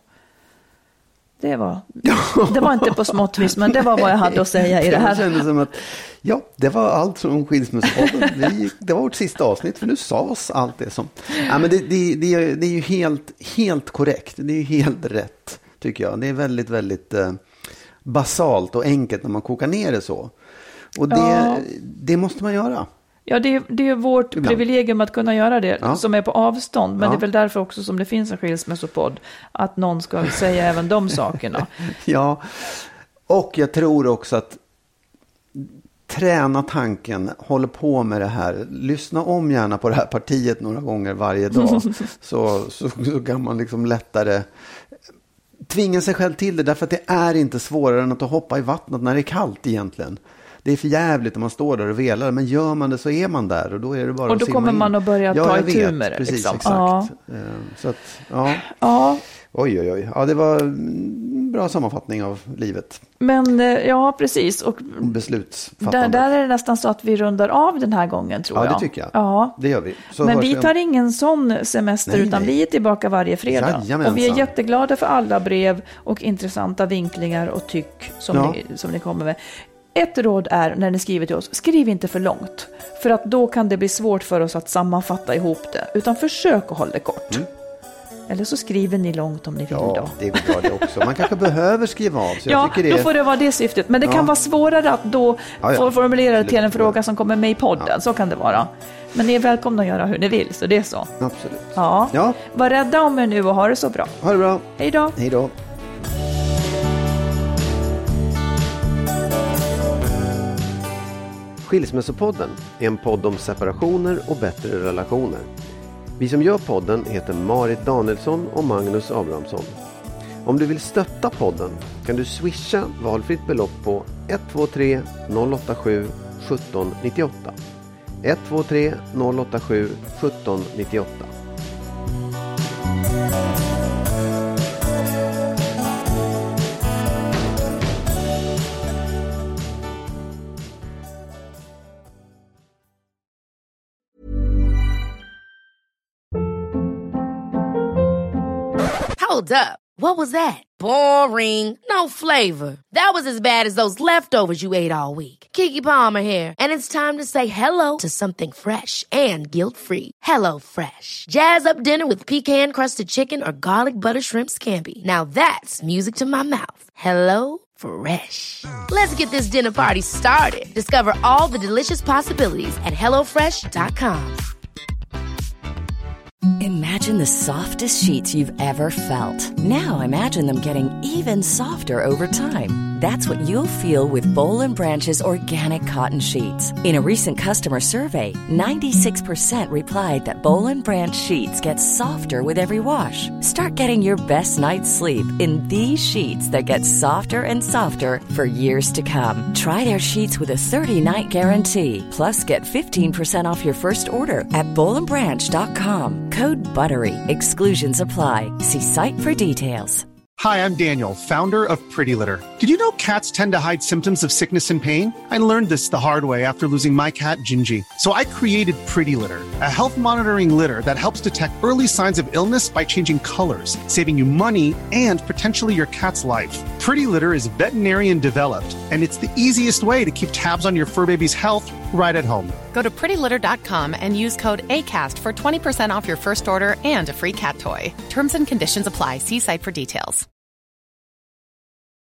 Det var inte på småttvis, men det var vad jag hade att säga i det här. Det kändes som att, det var allt från Skilsmässopodden. Det var vårt sista avsnitt, för nu sades allt det som... Ja, men det är ju helt korrekt. Det är ju helt rätt, tycker jag. Det är väldigt, väldigt basalt och enkelt när man kokar ner det så. Och det måste man göra. Ja, det är vårt privilegium att kunna göra det som är på avstånd. Men det är väl därför också som det finns en skilsmässopodd. Att någon ska säga även de sakerna. Ja, och jag tror också att träna tanken, håller på med det här. Lyssna om gärna på det här partiet några gånger varje dag. så kan man liksom lättare tvinga sig själv till det. Därför att det är inte svårare än att hoppa i vattnet när det är kallt egentligen. Det är för jävligt om man står där och velar, men gör man det så är man där och då är det bara och då kommer man att börja ta itu med det. Precis, liksom. Exakt. Ja. Så att, ja. Oj. Ja, det var en bra sammanfattning av livet. Men precis. Och beslutsfattande. Där är det nästan så att vi rundar av den här gången, tror jag. Ja, det tycker jag. Ja. Det gör vi. Men vi tar ingen sån semester, utan vi är tillbaka varje fredag. Jajamensan. Och vi är jätteglada för alla brev och intressanta vinklingar och tyck som ni kommer med. Ett råd är, när ni skriver till oss, skriv inte för långt. För att då kan det bli svårt för oss att sammanfatta ihop det. Utan försök att hålla det kort. Eller så skriver ni långt om ni vill då. Ja, det går bra det också. Man kanske behöver skriva av. Så jag tycker då får det vara det syftet. Men det kan vara svårare att då få formulera det till en fråga som kommer med i podden. Ja. Så kan det vara. Men ni är välkomna att göra hur ni vill, så det är så. Absolut. Ja. Var rädda om er nu och ha det så bra. Ha det bra. Hej då. Hej då. Skilsmässopodden är en podd om separationer och bättre relationer. Vi som gör podden heter Marit Danielsson och Magnus Abrahamsson. Om du vill stötta podden kan du swisha valfritt belopp på 123 087 1798. 123 087 1798. Hold up. What was that? Boring. No flavor. That was as bad as those leftovers you ate all week. Keke Palmer here, and it's time to say hello to something fresh and guilt-free. Hello Fresh. Jazz up dinner with pecan-crusted chicken or garlic butter shrimp scampi. Now that's music to my mouth. Hello Fresh. Let's get this dinner party started. Discover all the delicious possibilities at HelloFresh.com. Imagine the softest sheets you've ever felt. Now imagine them getting even softer over time. That's what you'll feel with Boll & Branch's organic cotton sheets. In a recent customer survey, 96% replied that Boll & Branch sheets get softer with every wash. Start getting your best night's sleep in these sheets that get softer and softer for years to come. Try their sheets with a 30-night guarantee. Plus, get 15% off your first order at BollandBranch.com. Code BUTTERY. Exclusions apply. See site for details. Hi, I'm Daniel, founder of Pretty Litter. Did you know cats tend to hide symptoms of sickness and pain? I learned this the hard way after losing my cat, Gingy. So I created Pretty Litter, a health monitoring litter that helps detect early signs of illness by changing colors, saving you money and potentially your cat's life. Pretty Litter is veterinarian developed, and it's the easiest way to keep tabs on your fur baby's health right at home. Go to prettylitter.com and use code ACAST for 20% off your first order and a free cat toy. Terms and conditions apply. See site for details.